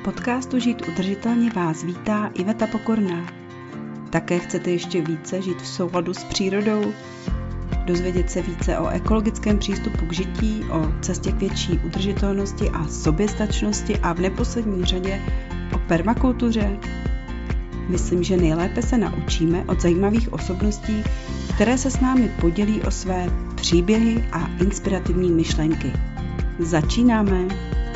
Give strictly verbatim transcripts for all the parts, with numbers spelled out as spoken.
podcastu Žít udržitelně vás vítá Iveta Pokorná. Také chcete ještě více žít v souladu s přírodou? Dozvědět se více o ekologickém přístupu k žití, o cestě k větší udržitelnosti a soběstačnosti a v neposlední řadě o permakultuře? Myslím, že nejlépe se naučíme od zajímavých osobností, které se s námi podělí o své příběhy a inspirativní myšlenky. Začínáme!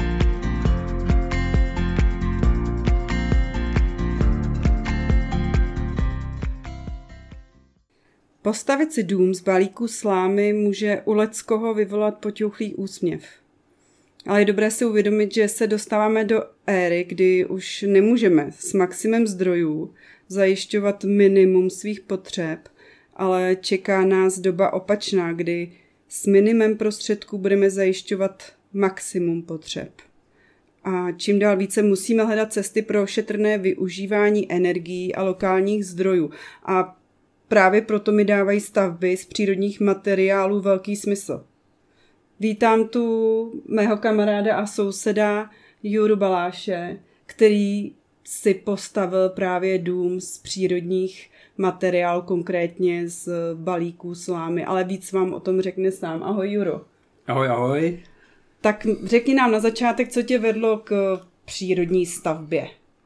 Postavit si dům z balíku slámy může u leckoho vyvolat potěuchlý úsměv. Ale je dobré si uvědomit, že se dostáváme do éry, kdy už nemůžeme s maximem zdrojů zajišťovat minimum svých potřeb, ale čeká nás doba opačná, kdy s minimem prostředků budeme zajišťovat maximum potřeb. A čím dál více musíme hledat cesty pro šetrné využívání energií a lokálních zdrojů. A právě proto mi dávají stavby z přírodních materiálů velký smysl. Vítám tu mého kamaráda a souseda Juru Baláše, který si postavil právě dům z přírodních materiálů, konkrétně z balíků slámy, ale víc vám o tom řekne sám. Ahoj Juro. Ahoj, ahoj. Tak řekni nám na začátek, co tě vedlo k přírodní stavbě.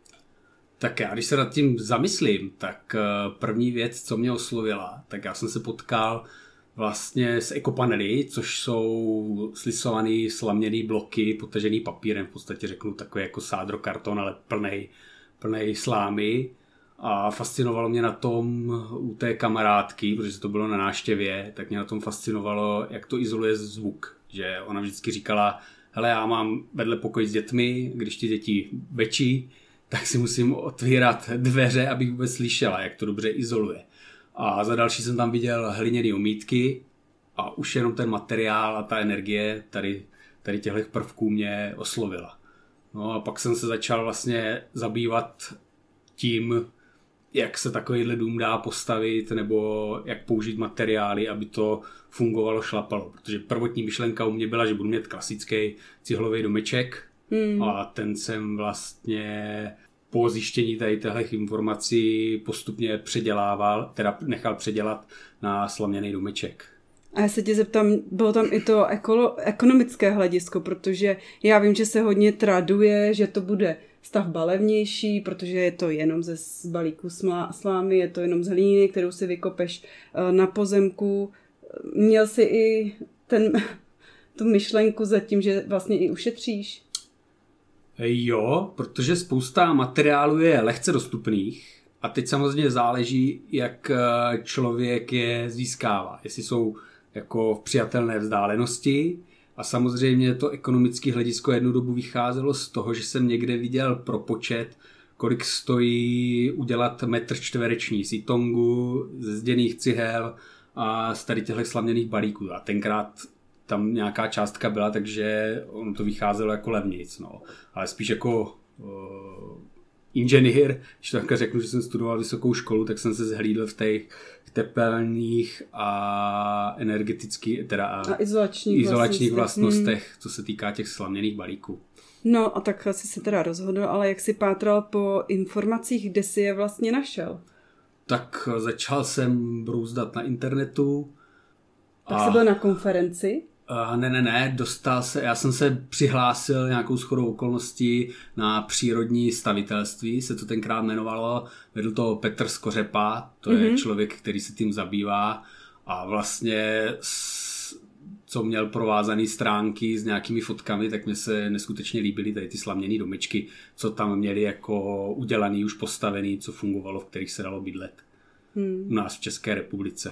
Tak já, když se nad tím zamyslím, tak první věc, co mě oslovila, tak já jsem se potkal vlastně s ekopanely, což jsou slisovaný slaměný bloky potažený papírem, v podstatě řeknu takový jako sádrokarton, ale plnej, plnej slámy. A fascinovalo mě na tom u té kamarádky, protože to bylo na návštěvě, tak mě na tom fascinovalo, jak to izoluje zvuk. Že ona vždycky říkala, hele, já mám vedle pokoj s dětmi, když ty děti bečí, tak si musím otvírat dveře, abych vůbec slyšela, jak to dobře izoluje. A za další jsem tam viděl hliněné omítky a už jenom ten materiál a ta energie tady, tady těchto prvků mě oslovila. No a pak jsem se začal vlastně zabývat tím, jak se takovýhle dům dá postavit nebo jak použít materiály, aby to fungovalo, šlapalo. Protože prvotní myšlenka u mě byla, že budu mít klasický cihlový domeček, Hmm. A ten jsem vlastně po zjištění tady těchto informací postupně předělával, teda nechal předělat na slaměný domeček. A já se tě zeptám, bylo tam i to ekolo, ekonomické hledisko, protože já vím, že se hodně traduje, že to bude stavba levnější, protože je to jenom ze balíku slámy, je to jenom z hlíny, kterou si vykopeš na pozemku. Měl jsi i ten, tu myšlenku za tím, že vlastně i ušetříš? Jo, protože spousta materiálů je lehce dostupných a teď samozřejmě záleží, jak člověk je získává. Jestli jsou jako v přijatelné vzdálenosti a samozřejmě to ekonomické hledisko jednu dobu vycházelo z toho, že jsem někde viděl propočet, kolik stojí udělat metr čtvereční sitongu ze zděných cihel a z tady těchto slaměných balíků. A tenkrát tam nějaká částka byla, takže ono to vycházelo jako levnějc, no. Ale spíš jako uh, inženýr, když to takhle řeknu, že jsem studoval vysokou školu, tak jsem se zhlídl v těch tepelných a energetických, teda a izolačních, izolačních vlastnostech, vlastnostech, co se týká těch slaměných balíků. No a tak jsi se teda rozhodl, ale jak jsi pátral po informacích, kde jsi je vlastně našel? Tak začal jsem brouzdat na internetu. Tak a... jsi byl na konferenci? Uh, ne, ne, ne, dostal se, já jsem se přihlásil nějakou shodou okolností na přírodní stavitelství, se to tenkrát jmenovalo, vedl to Petr Skořepa, to mm-hmm. je člověk, který se tím zabývá a vlastně s, co měl provázané stránky s nějakými fotkami, tak mi se neskutečně líbily tady ty slaměné domečky, co tam měli jako udělaný, už postavený, co fungovalo, v kterých se dalo bydlet mm. u nás v České republice.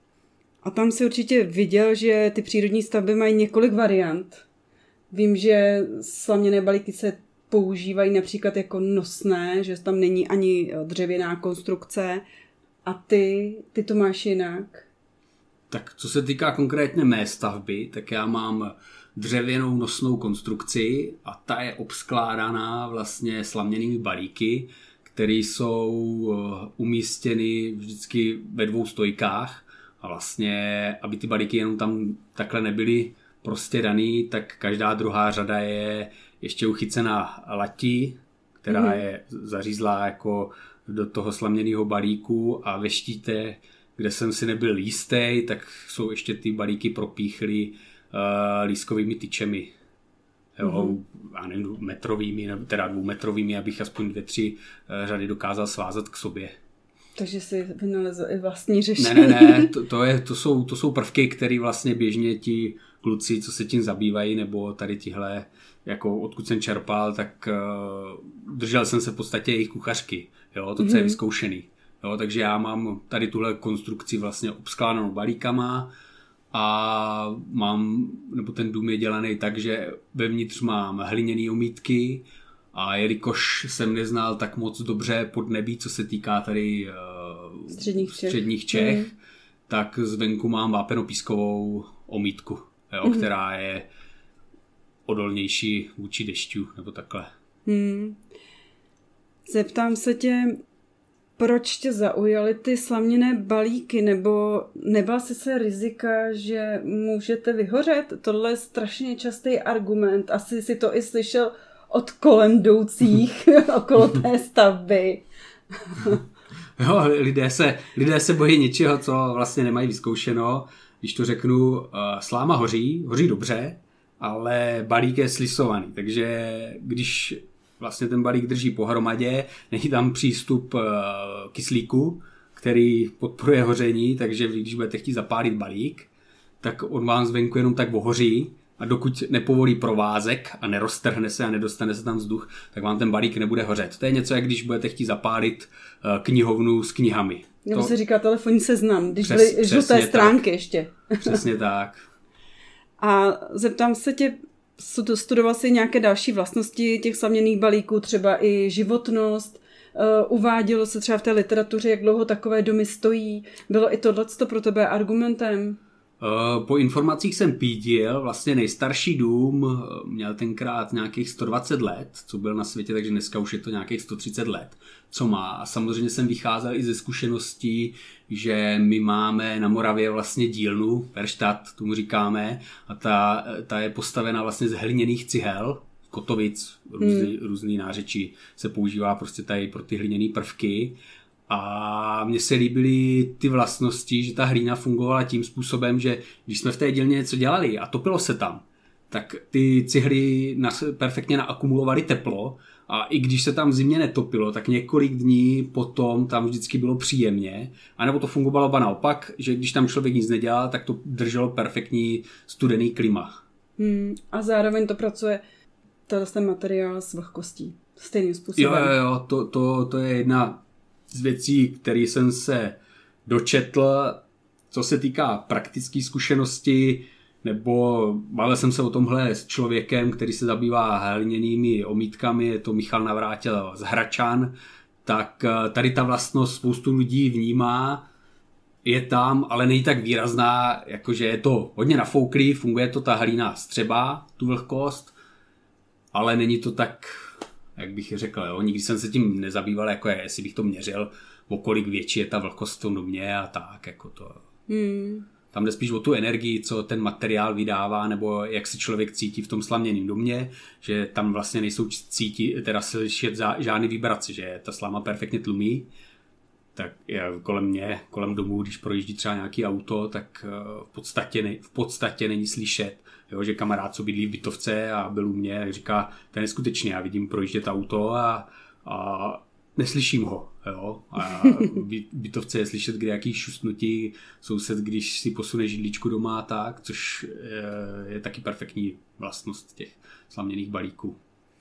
A tam si určitě viděl, že ty přírodní stavby mají několik variant. Vím, že slaměné balíky se používají například jako nosné, že tam není ani dřevěná konstrukce. A ty, ty to máš jinak? Tak co se týká konkrétně mé stavby, tak já mám dřevěnou nosnou konstrukci a ta je obskládaná vlastně slaměnými balíky, které jsou umístěny vždycky ve dvou stojkách. A vlastně, aby ty balíky jenom tam takhle nebyly prostě daný, tak každá druhá řada je ještě uchycená latí která mm. je zařízlá jako do toho slaměného balíku a ve štíte, kde jsem si nebyl jistý, tak jsou ještě ty balíky propíchly uh, lískovými tyčemi. Jo, mm-hmm. já nevím, metrovými, teda dvoumetrovými, abych aspoň dvě, tři uh, řady dokázal svázat k sobě. Takže si vynalezl i vlastní řešení. Ne, ne, ne, to, to, je, to, jsou, to jsou prvky, které vlastně běžně ti kluci, co se tím zabývají, nebo tady tihle, jako odkud jsem čerpal, tak uh, držel jsem se v podstatě jejich kuchařky, jo, to, co mm-hmm. je vyzkoušený. Jo, takže já mám tady tuhle konstrukci vlastně obskládanou balíkama a mám, nebo ten dům je dělaný tak, že vevnitř mám hliněný omítky a jelikož jsem neznal tak moc dobře podnebí, co se týká tady uh, středních Čech, středních Čech mm. tak zvenku mám vápenopískovou omítku, jo, mm. která je odolnější vůči dešťu, nebo takhle. Hmm. Zeptám se tě, proč tě zaujaly ty slaměné balíky, nebo nebál jsi se rizika, že můžete vyhořet? Tohle je strašně častý argument. Asi si to i slyšel od kolem jdoucích okolo té stavby. Jo, lidé se, lidé se bojí něčeho, co vlastně nemají vyzkoušeno. Když to řeknu, sláma hoří, hoří dobře, ale balík je slisovaný, takže když vlastně ten balík drží pohromadě, není tam přístup kyslíku, který podporuje hoření, takže když budete chtít zapálit balík, tak on vám zvenku jenom tak ohoří a dokud nepovolí provázek a neroztrhne se a nedostane se tam vzduch, tak vám ten balík nebude hořet. To je něco, jak když budete chtít zapálit knihovnu s knihami. Já to se říká telefonní seznam, když přes, byly žluté stránky tak. ještě. Přesně tak. A zeptám se tě, studoval jsi nějaké další vlastnosti těch slaměných balíků, třeba i životnost, uvádělo se třeba v té literatuře, jak dlouho takové domy stojí, bylo i tohleto pro tebe argumentem? Po informacích jsem pídil, vlastně nejstarší dům měl tenkrát nějakých sto dvacet let, co byl na světě, takže dneska už je to nějakých sto třicet let, co má. A samozřejmě jsem vycházel i ze zkušeností, že my máme na Moravě vlastně dílnu, Verštat, tomu říkáme, a ta, ta je postavena vlastně z hliněných cihel, kotovic, různý, hmm. různý nářečí se používá prostě tady pro ty hliněné prvky. A mně se líbily ty vlastnosti, že ta hlína fungovala tím způsobem, že když jsme v té dílně něco dělali a topilo se tam, tak ty cihly nas, perfektně naakumulovaly teplo a i když se tam v zimě netopilo, tak několik dní potom tam vždycky bylo příjemně. A nebo to fungovalo ba naopak, že když tam člověk nic nedělal, tak to drželo perfektní studený klima. Hmm, a zároveň to pracuje ten materiál s vlhkostí stejným způsobem. Jo, jo, jo, to, to, to je jedna z věcí, které jsem se dočetl, co se týká praktické zkušenosti, nebo bavil jsem se o tomhle s člověkem, který se zabývá hliněnými omítkami, je to Michal Navrátil z Hračan, tak tady ta vlastnost spoustu lidí vnímá, je tam, ale není tak výrazná, jakože je to hodně nafouklý, funguje to ta hlína střeba, tu vlhkost, ale není to tak, jak bych řekl, jo. Nikdy jsem se tím nezabýval, jako je, jestli bych to měřil, o kolik větší je ta vlhkost v tom domě a tak, jako to. Hmm. Tam jde spíš o tu energii, co ten materiál vydává, nebo jak se člověk cítí v tom slaměném domě, že tam vlastně nejsou cítit, teda slyšet žádný vibrace, že ta sláma perfektně tlumí. Tak je kolem mě, kolem domu, když projíždí třeba nějaký auto, tak v podstatě, ne, v podstatě není slyšet. Jo, že kamarád, co bydlí v bytovce a byl u mě, říká, to je neskutečný, já vidím projíždět auto a, a neslyším ho. Jo? A v bytovce je slyšet kde jaký šustnutí, soused, když si posune židličku doma a tak, což je, je taky perfektní vlastnost těch slaměných balíků.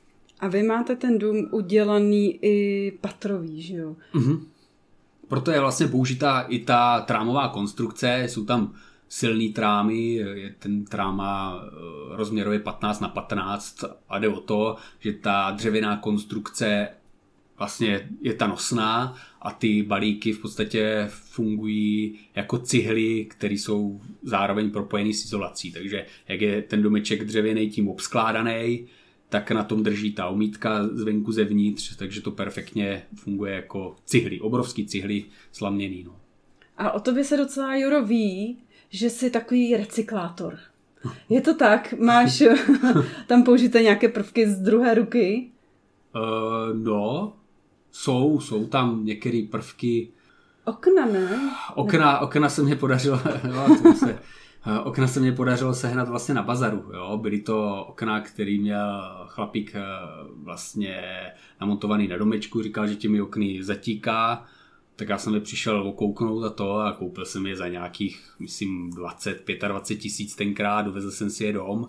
A vy máte ten dům udělaný i patrový, že jo? Mhm. Proto je vlastně použitá i ta trámová konstrukce, jsou tam silný trámy, je ten tráma rozměrově patnáct na patnáct a jde o to, že ta dřevěná konstrukce vlastně je ta nosná a ty balíky v podstatě fungují jako cihly, které jsou zároveň propojený s izolací. Takže jak je ten domeček dřevěný tím obskládaný, tak na tom drží ta omítka zvenku zevnitř, takže to perfektně funguje jako cihly, obrovský cihly slaměný. No. A o tobě se docela, Juro, ví, že jsi takový recyklátor. Je to tak? Máš tam použité nějaké prvky z druhé ruky? Uh, no, jsou, jsou tam některé prvky. Okna, ne? Okna, okna se mě podařilo, jo, se, okna se mě podařilo sehnat vlastně na bazaru, jo. Byly to okna, který měl chlapík vlastně namontovaný na domečku, říkal, že těmi okny zatíká, tak já jsem je přišel okouknout a to a koupil jsem je za nějakých, myslím, dvacet, dvacet pět tisíc tenkrát, dovezl jsem si je dom.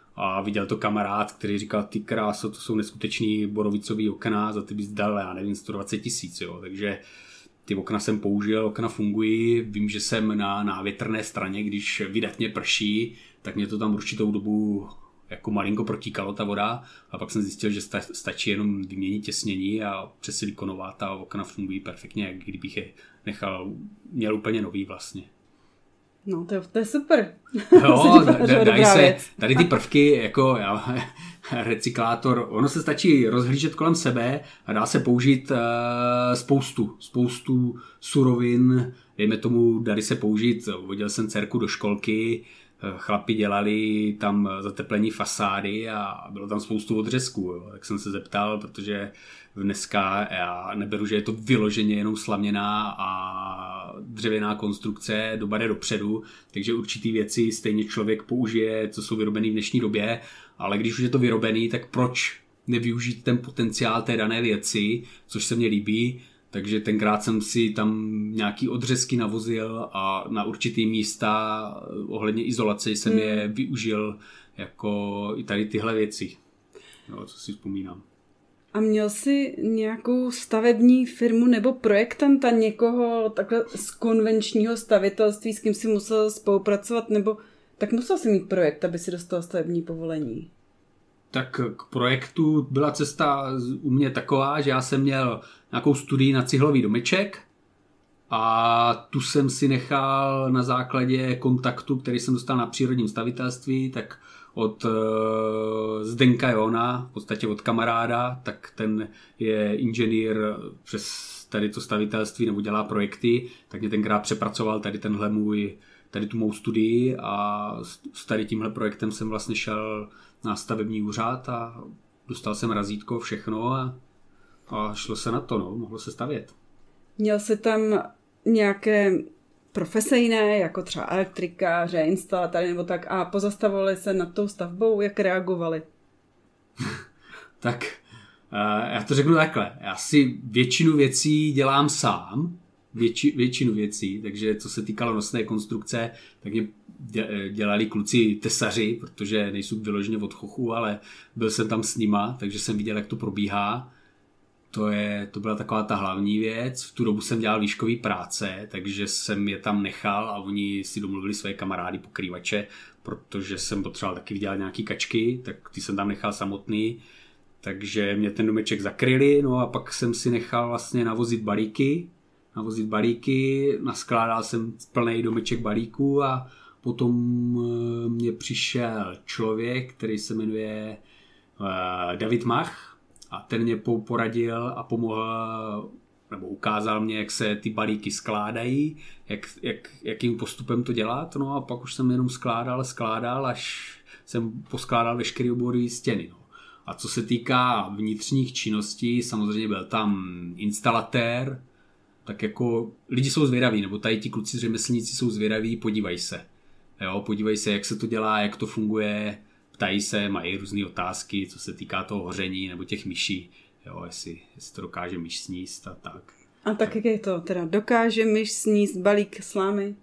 A viděl to kamarád, který říkal, ty kráso, to jsou neskutečný borovicový okna, za ty bys dal, já nevím, sto dvacet tisíc, jo. Takže ty okna jsem použil, okna fungují, vím, že jsem na, na větrné straně, když vydatně prší, tak mě to tam určitou dobu jako malinko protíkalo ta voda a pak jsem zjistil, že sta, stačí jenom vyměnit těsnění a přesilikonovat a okna fungují perfektně, jak kdybych je nechal, měl úplně nový vlastně. No, to je, to je super. Jo, dají se, tady ty prvky, jako já, recyklátor, ono se stačí rozhlížet kolem sebe a dá se použít uh, spoustu, spoustu surovin, dejme tomu, dali se použít, vodil jsem dcerku do školky, chlapi dělali tam zateplení fasády a bylo tam spoustu odřezků, jo. Tak jsem se zeptal, protože dneska já neberu, že je to vyloženě jenom slaměná a dřevěná konstrukce, doba jde dopředu, takže určitý věci stejně člověk použije, co jsou vyrobený v dnešní době, ale když už je to vyrobený, tak proč nevyužít ten potenciál té dané věci, což se mně líbí. Takže tenkrát jsem si tam nějaký odřezky navozil a na určitý místa ohledně izolace jsem hmm. je využil jako i tady tyhle věci. No, co si vzpomínám. A měl jsi nějakou stavební firmu nebo projektanta, někoho takhle z konvenčního stavitelství, s kým si musel spolupracovat, nebo tak musel jsi mít projekt, aby si dostal stavební povolení? Tak k projektu byla cesta u mě taková, že já jsem měl nějakou studii na cihlový domeček a tu jsem si nechal na základě kontaktu, který jsem dostal na přírodním stavitelství, tak od uh, Zdenka Jona, v podstatě od kamaráda, tak ten je inženýr přes tady to stavitelství nebo dělá projekty, tak mě tenkrát přepracoval tady tenhle můj, tady tu mou studii a s tady tímhle projektem jsem vlastně šel na stavební úřad a dostal jsem razítko, všechno a, a šlo se na to, no, mohlo se stavět. Měl jsi tam nějaké profese jiné, jako třeba elektrikáře, instalatéry nebo tak a pozastavovali se nad tou stavbou, jak reagovali? Tak uh, já to řeknu takhle, já si většinu věcí dělám sám, větši, většinu věcí, takže co se týkalo nosné konstrukce, tak mě dělali kluci tesaři, protože nejsou vyloženě od chochu, ale byl jsem tam s nima, takže jsem viděl, jak to probíhá. To, je, to byla taková ta hlavní věc. V tu dobu jsem dělal výškový práce, takže jsem je tam nechal a oni si domluvili své kamarády pokrývače, protože jsem potřeboval taky vydělat nějaký kačky, tak ty jsem tam nechal samotný. Takže mě ten domeček zakryli, no a pak jsem si nechal vlastně navozit balíky, navozit balíky, naskládal jsem plný domeček balíků a potom mě přišel člověk, který se jmenuje David Mach a ten mě poradil a pomohl, nebo ukázal mě, jak se ty balíky skládají, jak, jak, jakým postupem to dělat, no a pak už jsem jenom skládal, skládal, až jsem poskládal veškeré oborové stěny, no. A co se týká vnitřních činností, samozřejmě byl tam instalatér, tak jako lidi jsou zvědaví, nebo tady ti kluci řemeslníci jsou zvědaví, podívají se. Jo, podívají se, jak se to dělá, jak to funguje, ptají se, mají různé otázky, co se týká toho hoření nebo těch myší, jo, jestli, jestli to dokáže myš sníst a tak. A tak jak je to teda? Dokáže myš sníst balík slámy?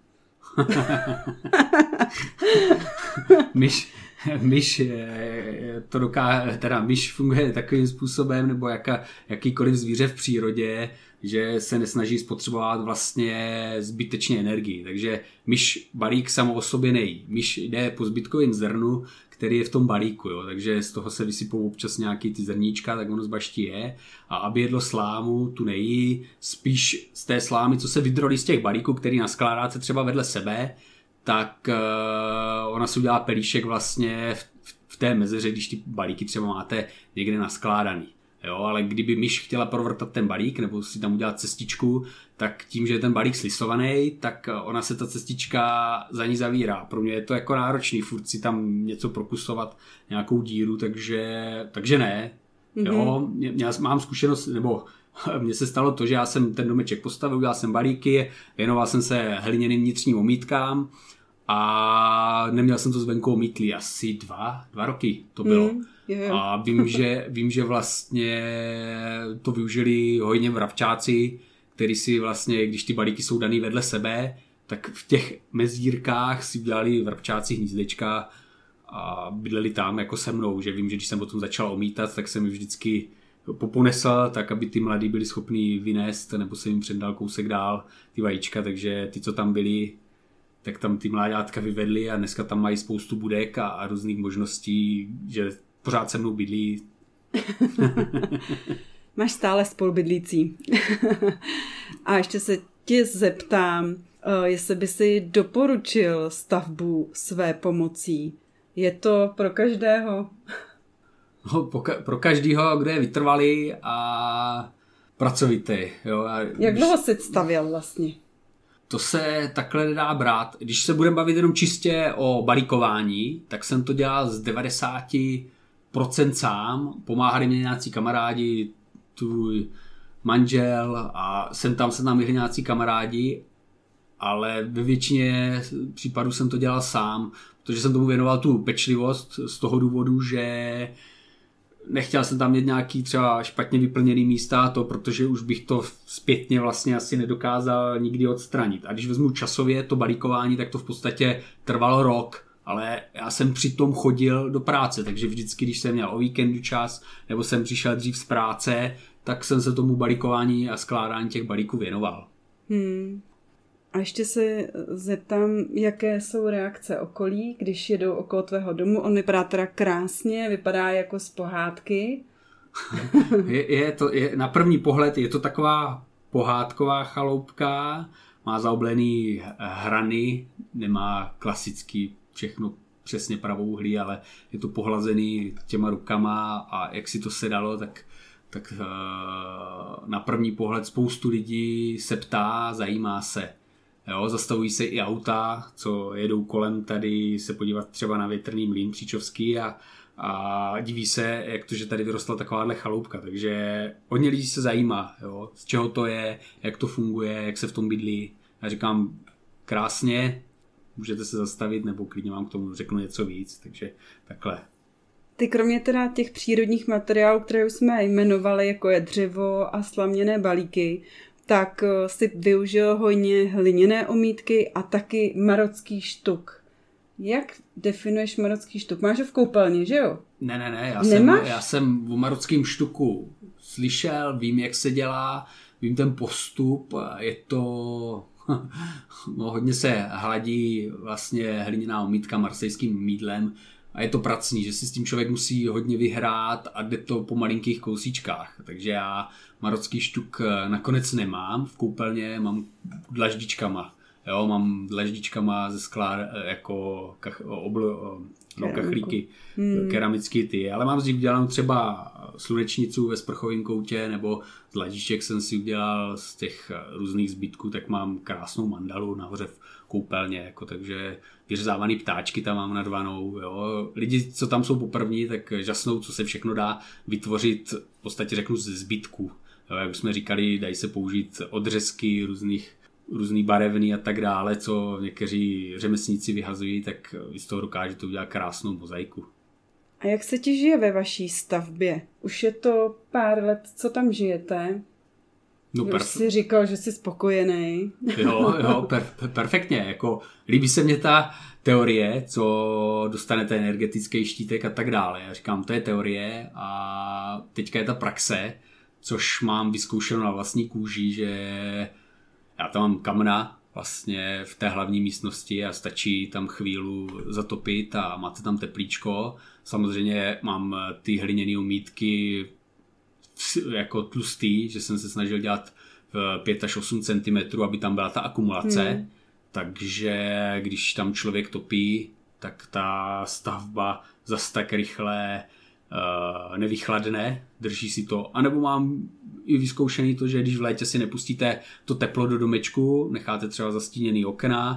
myš, myš, to dokáže, teda myš funguje takovým způsobem, nebo jaka, jakýkoliv zvíře v přírodě, že se nesnaží spotřebovat vlastně zbytečně energii. Takže myš balík samo o sobě nejí. Myš jde po zbytkovém zrnu, který je v tom balíku. Jo. Takže z toho se vysypou občas nějaký ty zrníčka, tak ono z bašti je. A aby jedlo slámu, tu nejí. Spíš z té slámy, co se vydrolí z těch balíků, který naskládáte třeba vedle sebe, tak uh, ona si udělá pelíšek vlastně v, v té mezeře, když ty balíky třeba máte někde naskládaný. Jo, ale kdyby myš chtěla provrtat ten balík nebo si tam udělat cestičku, tak tím, že je ten balík slisovaný, tak ona se ta cestička za ní zavírá. Pro mě je to jako náročný, furt si tam něco prokusovat, nějakou díru, takže, takže ne. Mm-hmm. Jo, já mám zkušenost, nebo mně se stalo to, že já jsem ten domeček postavil, udělal jsem balíky, věnoval jsem se hliněným vnitřním omítkám a neměl jsem to zvenku omítlý asi dva, dva roky to bylo. Mm, yeah. A vím že, vím, že vlastně to využili hojně mravčáci, který si vlastně, když ty balíky jsou daný vedle sebe, tak v těch mezírkách si udělali vrabčáci hnízdečka a bydleli tam jako se mnou, že vím, že když jsem potom začal omítat, tak jsem ji vždycky poponesl, tak aby ty mladí byli schopní vynést, nebo se jim předal kousek dál ty vajíčka, takže ty, co tam byli, tak tam ty mláďátka vyvedli a dneska tam mají spoustu budek a, a různých možností, že pořád se mnou bydlí. Máš stále spolubydlící. A ještě se tě zeptám, jestli by si doporučil stavbu své pomocí. Je to pro každého? No, pro každého, kdo je vytrvalý a pracovitý. Jo. A Jak dlouho jsi stavěl vlastně? To se takhle nedá brát. Když se budeme bavit jenom čistě o balíkování, tak jsem to dělal z devadesát procent sám. Pomáhali mě nějací kamarádi, tvůj manžel a sem tam se tam nějací kamarádi, ale ve většině případů jsem to dělal sám, protože jsem tomu věnoval tu pečlivost z toho důvodu, že nechtěl jsem tam mít nějaký třeba špatně vyplněný místa, to, protože už bych to zpětně vlastně asi nedokázal nikdy odstranit. A když vezmu časově to balíkování, tak to v podstatě trvalo rok, ale já jsem přitom chodil do práce, takže vždycky, když jsem měl o víkendu čas, nebo jsem přišel dřív z práce, tak jsem se tomu balíkování a skládání těch balíků věnoval. Hmm. A ještě se zeptám, jaké jsou reakce okolí, když jedou okolo tvého domu. On vypadá teda krásně, vypadá jako z pohádky. je, je to, je, na první pohled je to taková pohádková chaloupka, má zaoblený hrany, nemá klasický všechno přesně pravouhlý, ale je to pohlazený těma rukama a jak si to sedalo, tak tak na první pohled spoustu lidí se ptá, zajímá se. Jo, zastavují se i auta, co jedou kolem tady se podívat třeba na větrný mlýn příčovský a, a diví se, jak to, že tady vyrostla takováhle chaloupka. Takže hodně lidí se zajímá, jo, z čeho to je, jak to funguje, jak se v tom bydlí. Já říkám krásně, můžete se zastavit, nebo klidně vám k tomu řeknu něco víc, takže takhle. Ty kromě teda těch přírodních materiálů, které už jsme jmenovali, jako je dřevo a slaměné balíky, tak si využil hojně hliněné omítky a taky marocký štuk. Jak definuješ marocký štuk? Máš ho v koupelně, že jo? Ne, ne, ne, já jsem, já jsem o marockém štuku slyšel, vím, jak se dělá, vím ten postup, je to... no, hodně se hladí vlastně hliněná omítka marsejským mýdlem, a je to pracný, že si s tím člověk musí hodně vyhrát a jde to po malinkých kousíčkách. Takže já marocký štuk nakonec nemám v koupelně, mám dlaždičkama. Jo, mám dlaždičkama ze skla jako kach, obl, no, kachlíky, hmm. keramický ty. Ale mám z nich udělanou třeba slunečnicu ve sprchovém koutě, nebo z dlaždiček jsem si udělal z těch různých zbytků, tak mám krásnou mandalu nahoře v koupelně, jako, takže vyřezávaný ptáčky tam mám nadvanou. Jo. Lidi, co tam jsou poprvní, tak žasnou, co se všechno dá vytvořit, v podstatě řeknu ze zbytků. Jo, jak už jsme říkali, dají se použít odřezky různých různý barevný a tak dále, co někteří řemeslníci vyhazují, tak z toho dokážete udělat krásnou mozaiku. A jak se ti žije ve vaší stavbě? Už je to pár let, co tam žijete? No, perf- Už jsi říkal, že jsi spokojený. Jo, jo, per- perfektně. Jako, líbí se mně ta teorie, co dostanete energetický štítek a tak dále. Já říkám, to je teorie a teďka je ta praxe, což mám vyzkoušeno na vlastní kůži, že já tam mám kamna vlastně v té hlavní místnosti a stačí tam chvíli zatopit a máte tam teplíčko. Samozřejmě mám ty hliněné omítky jako tlustý, že jsem se snažil dělat v pět až osm centimetrů, aby tam byla ta akumulace. Hmm. Takže když tam člověk topí, tak ta stavba zas tak rychle uh, nevychladne, drží si to. A nebo mám i vyzkoušený to, že když v létě si nepustíte to teplo do domečku, necháte třeba zastíněný okna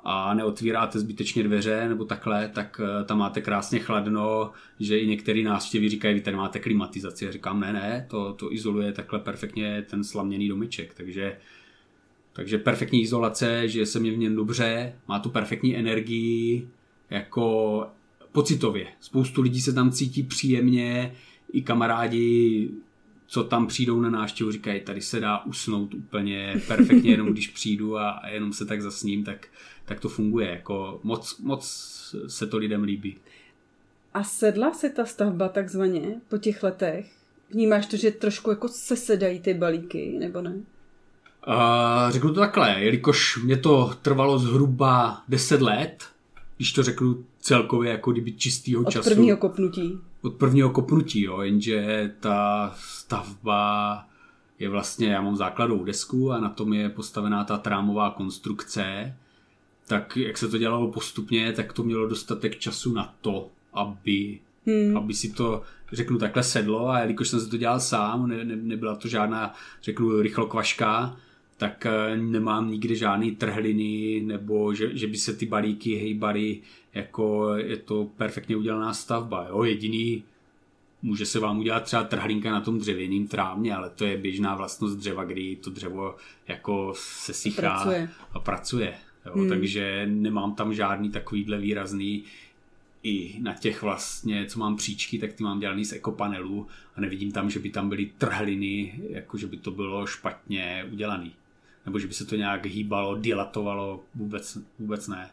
a neotvíráte zbytečně dveře nebo takhle, tak tam máte krásně chladno, že i některý návštěvy říkají, vy tady máte klimatizaci. Já říkám, ne, ne, to, to izoluje takhle perfektně ten slaměný domeček, takže, takže perfektní izolace, žije se mě v něm dobře, má tu perfektní energii, jako pocitově. Spoustu lidí se tam cítí příjemně, i kamarádi, co tam přijdou na návštěvu, říkají, tady se dá usnout úplně perfektně, jenom když přijdu a, a jenom se tak zasním, tak, tak to funguje. Jako moc, moc se to lidem líbí. A sedla se ta stavba takzvaně po těch letech? Vnímáš to, že trošku jako se sedají ty balíky, nebo ne? Uh, řeknu to takhle, jelikož mě to trvalo zhruba deset let, když to řeknu celkově jako kdyby čistýho času. Od prvního kopnutí. Od prvního kopnutí, jo, jenže ta stavba je vlastně, já mám základovou desku a na tom je postavená ta trámová konstrukce, tak jak se to dělalo postupně, tak to mělo dostatek času na to, aby, hmm. aby si to, řeknu takhle, sedlo, a jelikož jsem se to dělal sám, ne, ne, nebyla to žádná, řeknu, rychlokvaška, tak nemám nikdy žádný trhliny, nebo že, že by se ty balíky hejbaly, jako je to perfektně udělaná stavba. Jo? Jediný, může se vám udělat třeba trhlinka na tom dřevěným trámě, ale to je běžná vlastnost dřeva, kdy to dřevo jako sesychá pracuje. a pracuje. Jo? Hmm. Takže nemám tam žádný takovýhle výrazný. I na těch vlastně, co mám příčky, tak ty mám dělaný z ekopanelů a nevidím tam, že by tam byly trhliny, jako že by to bylo špatně udělaný. Nebo že by se to nějak hýbalo, dilatovalo, vůbec, vůbec ne.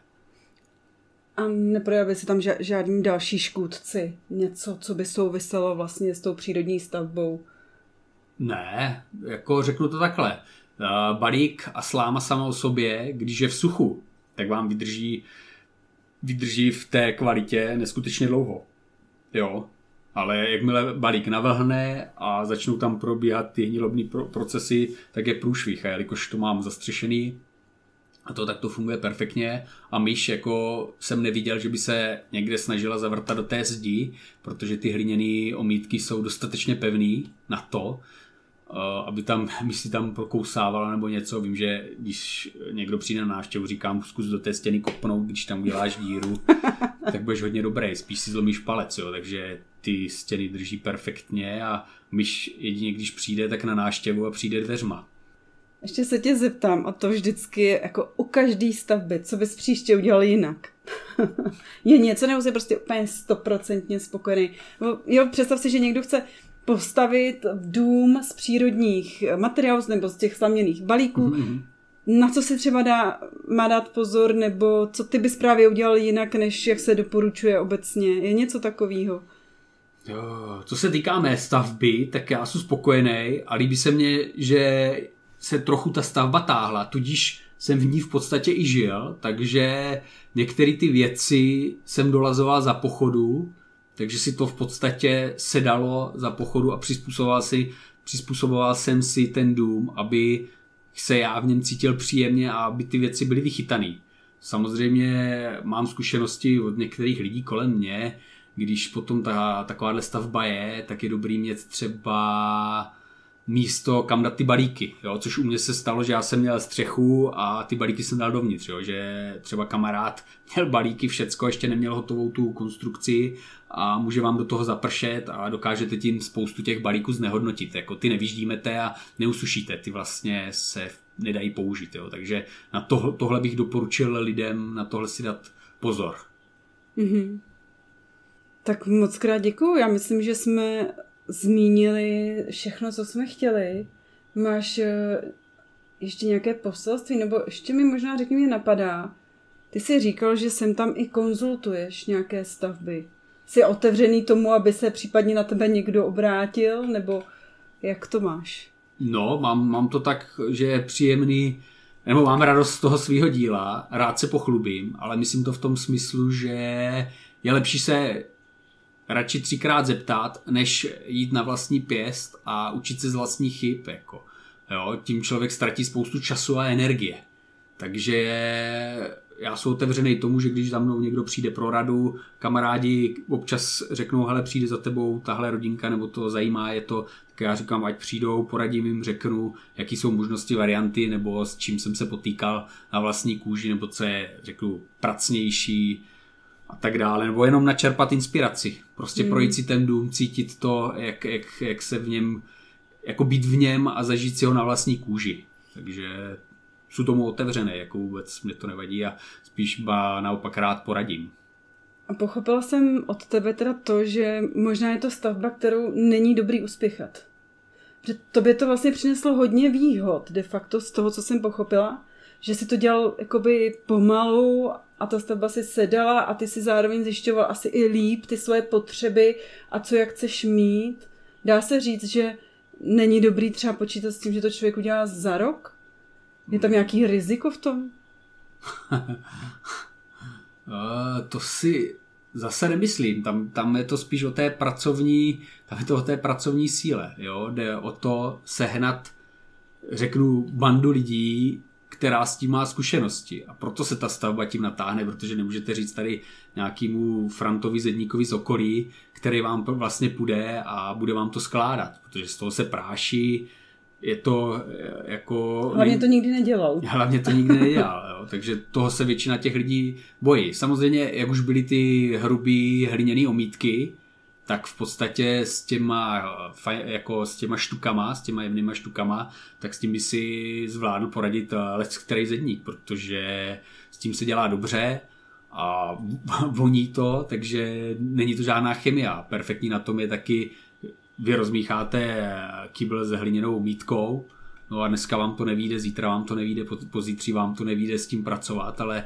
A neprojaví se tam žádní další škůdci? Něco, co by souviselo vlastně s tou přírodní stavbou? Ne, jako řeknu to takhle. Balík a sláma sama o sobě, když je v suchu, tak vám vydrží, vydrží v té kvalitě neskutečně dlouho. Jo, ale jakmile balík navlhne a začnou tam probíhat ty hnilobní procesy, tak je průšvih. A jelikož to mám zastřešený, a to tak to funguje perfektně, a myš jako jsem neviděl, že by se někde snažila zavrtat do té zdi, protože ty hliněné omítky jsou dostatečně pevný na to, aby tam myš si tam prokousávala nebo něco. Vím, že když někdo přijde na návštěvu, říkám, zkus do té stěny kopnout, když tam uděláš díru, tak budeš hodně dobrý, spíš si zlomíš palec, jo, takže ty stěny drží perfektně a myš jedině když přijde, tak na návštěvu a přijde dveřma. Ještě se tě zeptám, a to vždycky je jako u každé stavby, co bys příště udělal jinak? Je něco, nebo jsi prostě úplně stoprocentně spokojený? Jo, představ si, že někdo chce postavit dům z přírodních materiálů nebo z těch slaměných balíků. Mm-hmm. Na co si třeba dá, má dát pozor, nebo co ty bys právě udělal jinak, než jak se doporučuje obecně? Je něco takového? Jo, co se týká mé stavby, tak já jsem spokojený a líbí se mně, že se trochu ta stavba táhla, tudíž jsem v ní v podstatě i žil, takže některé ty věci jsem dolazoval za pochodu, takže si to v podstatě sedalo za pochodu a přizpůsoboval, si, přizpůsoboval jsem si ten dům, aby se já v něm cítil příjemně a aby ty věci byly vychytané. Samozřejmě mám zkušenosti od některých lidí kolem mě, když potom ta, takováhle stavba je, tak je dobrý mít třeba místo, kam dát ty balíky, jo? Což u mě se stalo, že já jsem měl střechu a ty balíky jsem dal dovnitř, jo? Že třeba kamarád měl balíky, všecko, ještě neměl hotovou tu konstrukci a může vám do toho zapršet a dokážete tím spoustu těch balíků znehodnotit, jako ty nevyždímete a neusušíte, ty vlastně se nedají použít, jo? Takže na to, tohle bych doporučil lidem, na tohle si dát pozor. Mm-hmm. Tak moc krát děkuju, já myslím, že jsme zmínili všechno, co jsme chtěli. Máš ještě nějaké poselství, nebo ještě mi možná řekni, mě napadá. Ty jsi říkal, že sem tam i konzultuješ nějaké stavby. Jsi otevřený tomu, aby se případně na tebe někdo obrátil, nebo jak to máš? No, mám, mám to tak, že je příjemný, nebo mám radost z toho svého díla, rád se pochlubím, ale myslím to v tom smyslu, že je lepší se radši třikrát zeptat, než jít na vlastní pěst a učit se z vlastních chyb. Jako. Jo, tím člověk ztratí spoustu času a energie. Takže já jsem otevřený tomu, že když za mnou někdo přijde pro radu, kamarádi občas řeknou, hele, přijde za tebou tahle rodinka, nebo to zajímá, je to, tak já říkám, ať přijdou, poradím jim, řeknu, jaký jsou možnosti, varianty, nebo s čím jsem se potýkal na vlastní kůži, nebo co je, řeknu, pracnější a tak dále, nebo jenom načerpat inspiraci. Prostě hmm. projít si ten dům, cítit to, jak, jak, jak se v něm, jako být v něm a zažít si ho na vlastní kůži. Takže jsou tomu otevřené, jako vůbec mě to nevadí a spíš ba naopak rád poradím. A pochopila jsem od tebe teda to, že možná je to stavba, kterou není dobrý uspěchat. Že tobě to vlastně přineslo hodně výhod de facto z toho, co jsem pochopila, že si to dělal jakoby pomalu a ta stavba si sedala a ty si zároveň zjišťoval asi i líp ty svoje potřeby a co jak chceš mít. Dá se říct, že není dobrý třeba počítat s tím, že to člověk udělá za rok? Je tam nějaký riziko v tom? Uh, to si zase nemyslím. Tam, tam je to spíš o té pracovní, tam je to o té pracovní síle. Jo? Jde o to sehnat, řeknu, bandu lidí, která s tím má zkušenosti. A proto se ta stavba tím natáhne, protože nemůžete říct tady nějakému Frantovi Zedníkovi z okolí, který vám vlastně půjde a bude vám to skládat, protože z toho se práší. Je to jako... Hlavně to nikdy nedělal. Hlavně to nikdy nedělal, jo. Takže toho se většina těch lidí bojí. Samozřejmě, jak už byly ty hrubý hliněný omítky, tak v podstatě s těma, jako s těma štukama, s těma jemnýma štukama, tak s tím by si zvládl poradit lec který zedník, protože s tím se dělá dobře a voní to, takže není to žádná chemie. Perfektní na tom je taky, vy rozmícháte kýbl s hliněnou omítkou, no a dneska vám to nevyjde, zítra vám to nevyjde, pozítří vám to nevyjde s tím pracovat, ale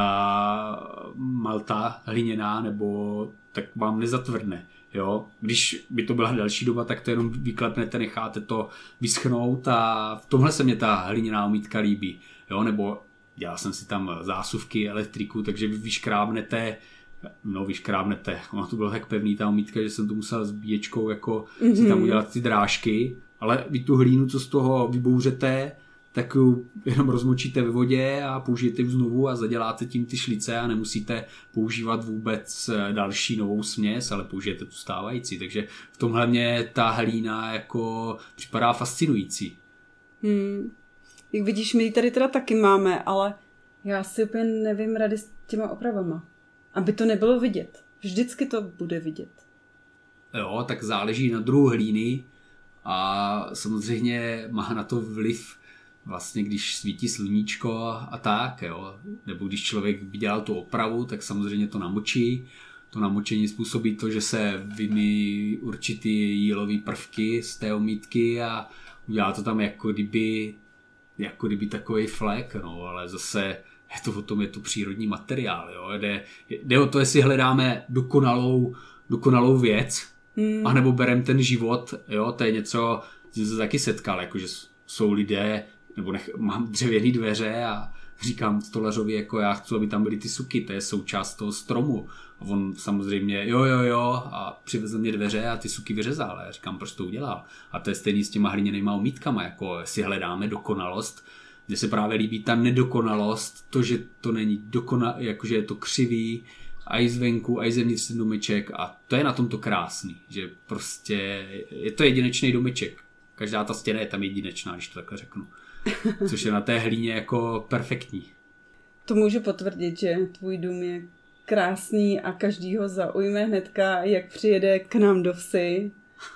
ta malta hliněná nebo tak vám nezatvrdne. Jo? Když by to byla další doba, tak to jenom vyklepnete, necháte to vyschnout a v tomhle se mě ta hliněná omítka líbí. Jo? Nebo dělal jsem si tam zásuvky, elektriku, takže vy vyškrábnete, no vyškrábnete, ono to bylo tak pevný ta omítka, že jsem to musel s bíječkou jako mm-hmm. si tam udělat ty drážky, ale vy tu hlínu, co z toho vybouřete, tak ju jenom rozmočíte ve vodě a použijete ji znovu a zaděláte tím ty šlice a nemusíte používat vůbec další novou směs, ale použijete tu stávající. Takže v tomhle mě ta hlína jako připadá fascinující. Hmm. Jak vidíš, my ji tady teda taky máme, ale já si úplně nevím rady s těma opravama. Aby to nebylo vidět. Vždycky to bude vidět. Jo, tak záleží na druhu hlíny a samozřejmě má na to vliv vlastně, když svítí sluníčko a tak, jo. Nebo když člověk by dělal tu opravu, tak samozřejmě to namočí. To namočení způsobí to, že se vymí určitý jílový prvky z té omítky a udělá to tam jako kdyby, jako kdyby takový flek, no, ale zase je to o tom, je to přírodní materiál, jo. Jde, jde o to, jestli hledáme dokonalou, dokonalou věc, hmm. anebo berem ten život, jo, to je něco, že jsem se taky setkal, jakože jsou lidé, nebo nech, mám dřevěný dveře a říkám stolařovi, jako já chci, aby tam byly ty suky, to je součást toho stromu. A on samozřejmě, jo, jo, jo, a přivezl mě dveře a ty suky vyřezal. A já říkám, proč to udělal? A to je stejný s těma hliněnýma omítkama, jako si hledáme dokonalost, kde se právě líbí ta nedokonalost, to, že to není dokonalé, jakože je to křivý, a i zvenku, a i zevnitř ten domeček a to je na tom to krásný, že prostě je to jedinečný domeček. Každá ta stěna je tam jedinečná, když to takhle řeknu. Což je na té hlíně jako perfektní. To můžu potvrdit, že tvůj dům je krásný a každý ho zaujme hnedka, jak přijede k nám do vsi.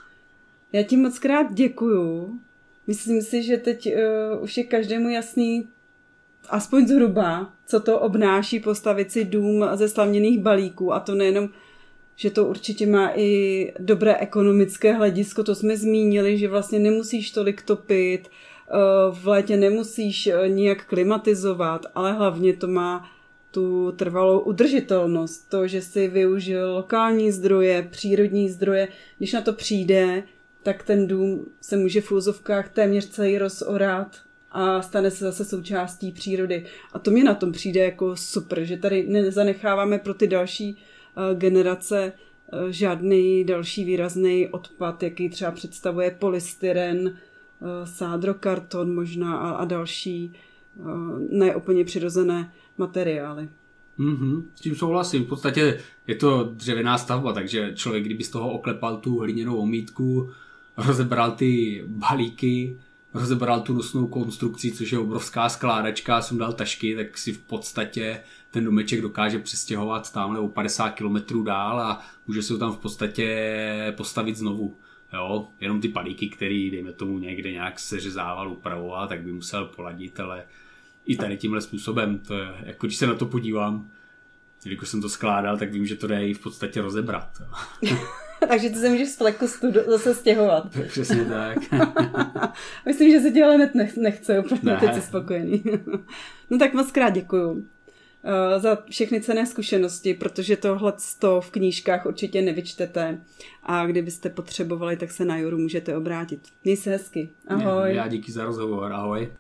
Já ti moc krát děkuju. Myslím si, že teď uh, už je každému jasný, aspoň zhruba, co to obnáší postavit si dům ze slavněných balíků. A to nejenom, že to určitě má i dobré ekonomické hledisko. To jsme zmínili, že vlastně nemusíš tolik topit, v létě nemusíš nijak klimatizovat, ale hlavně to má tu trvalou udržitelnost. To, že si využil lokální zdroje, přírodní zdroje. Když na to přijde, tak ten dům se může v úzovkách téměř celý rozorat a stane se zase součástí přírody. A to mě na tom přijde jako super, že tady nezanecháváme pro ty další generace žádný další výrazný odpad, jaký třeba představuje polystyren, sádrokarton možná a, a další neúplně přirozené materiály. Mm-hmm, s tím souhlasím. V podstatě je to dřevěná stavba, takže člověk, kdyby z toho oklepal tu hliněnou omítku, rozebral ty balíky, rozebral tu nosnou konstrukci, což je obrovská skládačka, jsem dal tašky, tak si v podstatě ten domeček dokáže přestěhovat tamhle o padesát kilometrů dál a může se ho tam v podstatě postavit znovu. Jo, jenom ty balíky, který dejme tomu někde nějak seřezával, upravoval, tak by musel poladit, ale i tady tímhle způsobem, to je, jako když se na to podívám, když jsem to skládal, tak vím, že to jde i v podstatě rozebrat. Takže ty se můžeš z fleku zase stěhovat. Přesně tak. Myslím, že se ti ale nechce úplně, ne. Teď jsi spokojený. No tak moc krát děkuju uh, za všechny cenné zkušenosti, protože tohle v knížkách určitě nevyčtete a kdybyste potřebovali, tak se na Juru můžete obrátit. Měj se hezky. Ahoj. Já díky za rozhovor. Ahoj.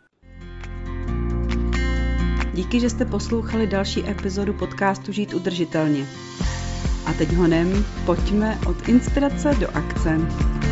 Díky, že jste poslouchali další epizodu podcastu Žít udržitelně. A teď honem, pojďme od inspirace do akce.